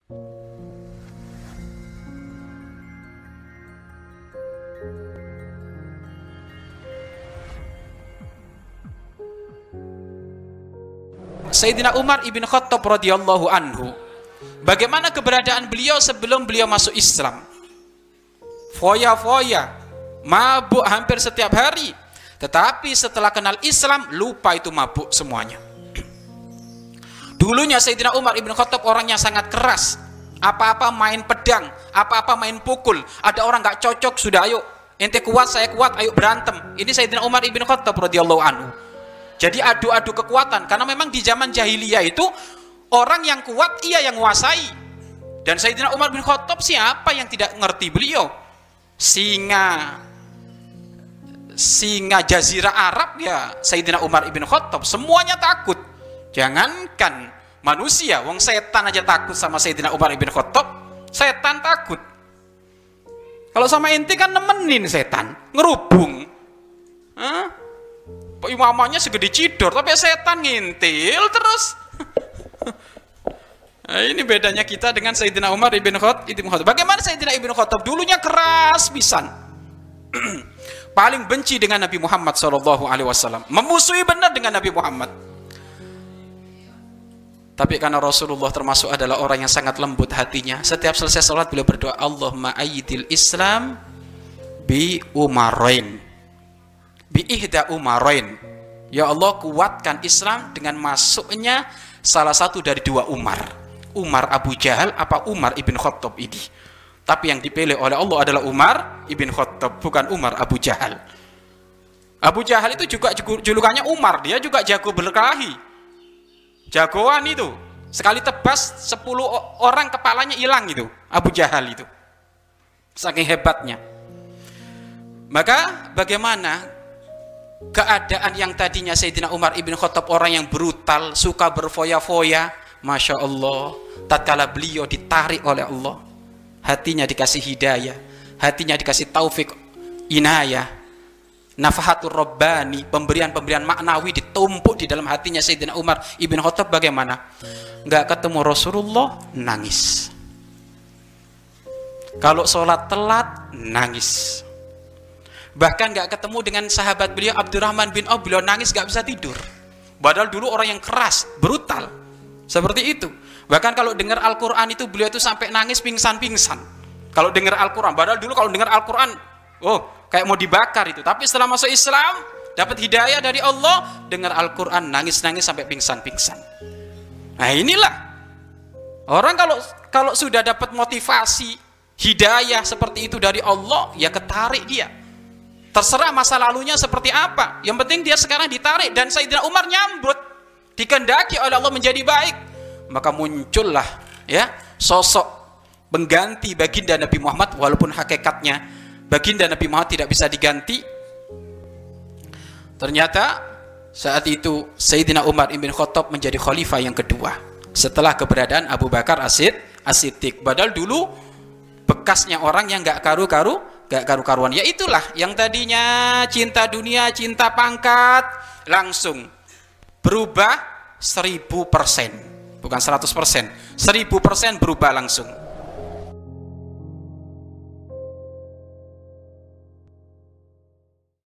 Sayyidina Umar ibn Khattab radhiyallahu anhu, bagaimana keberadaan beliau sebelum beliau masuk Islam? Foya-foya, mabuk hampir setiap hari. Tetapi setelah kenal Islam, lupa itu mabuk semuanya. Dulunya Sayyidina Umar ibn Khattab orangnya sangat keras. Apa-apa main pedang, apa-apa main pukul. Ada orang gak cocok, sudah ayo, ente kuat, saya kuat, ayo berantem. Ini Sayyidina Umar ibn Khattab radhiyallahu anhu. Jadi adu-adu kekuatan, karena memang di zaman jahiliyah itu orang yang kuat ia yang menguasai. Dan Sayyidina Umar bin Khattab, siapa yang tidak ngerti beliau? Singa jazirah Arab ya Sayyidina Umar ibn Khattab, semuanya takut. Jangankan manusia, wong setan aja takut sama Sayyidina Umar ibn Khattab. Setan takut. Kalau sama ente kan nemenin setan, ngerubung. Imamanya segede cidor, tapi setan ngintil terus. Nah, ini bedanya kita dengan Sayyidina Umar ibn Khattab. Bagaimana Sayyidina ibn Khattab? Dulunya keras pisan. Paling benci dengan Nabi Muhammad SAW, memusuhi benar dengan Nabi Muhammad. Tapi karena Rasulullah termasuk adalah orang yang sangat lembut hatinya, setiap selesai sholat beliau berdoa, Allahumma ayyidil Islam bi umarain, bi ihda umarain. Ya Allah, kuatkan Islam dengan masuknya salah satu dari dua Umar. Umar Abu Jahal apa Umar ibn Khattab ini. Tapi yang dipilih oleh Allah adalah Umar ibn Khattab, bukan Umar Abu Jahal. Abu Jahal itu juga julukannya Umar, dia juga jago berkelahi. Jagoan itu. Sekali tebas 10 orang kepalanya hilang itu, Abu Jahal itu. Saking hebatnya. Maka bagaimana keadaan yang tadinya Sayyidina Umar ibn Khattab orang yang brutal, suka berfoya-foya, Masya Allah, tatkala beliau ditarik oleh Allah, hatinya dikasih hidayah, hatinya dikasih taufik, inayah, nafahatul Rabbani, pemberian-pemberian maknawi ditumpuk di dalam hatinya Sayyidina Umar ibn Khattab. Bagaimana? Nggak ketemu Rasulullah, nangis. Kalau sholat telat, nangis. Bahkan nggak ketemu dengan sahabat beliau Abdurrahman bin Auf, beliau nangis nggak bisa tidur. Padahal dulu orang yang keras, brutal, seperti itu. Bahkan kalau dengar Al-Quran itu beliau itu sampai nangis pingsan-pingsan. Kalau dengar Al-Quran, padahal dulu kalau dengar Al-Quran, kayak mau dibakar itu. Tapi setelah masuk Islam, dapat hidayah dari Allah, dengar Al-Quran nangis-nangis sampai pingsan-pingsan. Nah inilah orang kalau sudah dapat motivasi hidayah seperti itu dari Allah, ya ketarik dia. Terserah masa lalunya seperti apa, yang penting dia sekarang ditarik. Dan Sayyidina Umar nyambut, dikehendaki oleh Allah menjadi baik. Maka muncullah ya sosok pengganti baginda Nabi Muhammad, walaupun hakikatnya baginda Nabi Muhammad tidak bisa diganti. Ternyata saat itu Sayyidina Umar ibn Khattab menjadi khalifah yang kedua setelah keberadaan Abu Bakar As-Siddiq. Padahal dulu bekasnya orang yang gak karu-karuan. Ya itulah yang tadinya cinta dunia, cinta pangkat, langsung berubah 1000%, bukan 100%, 1000% berubah langsung.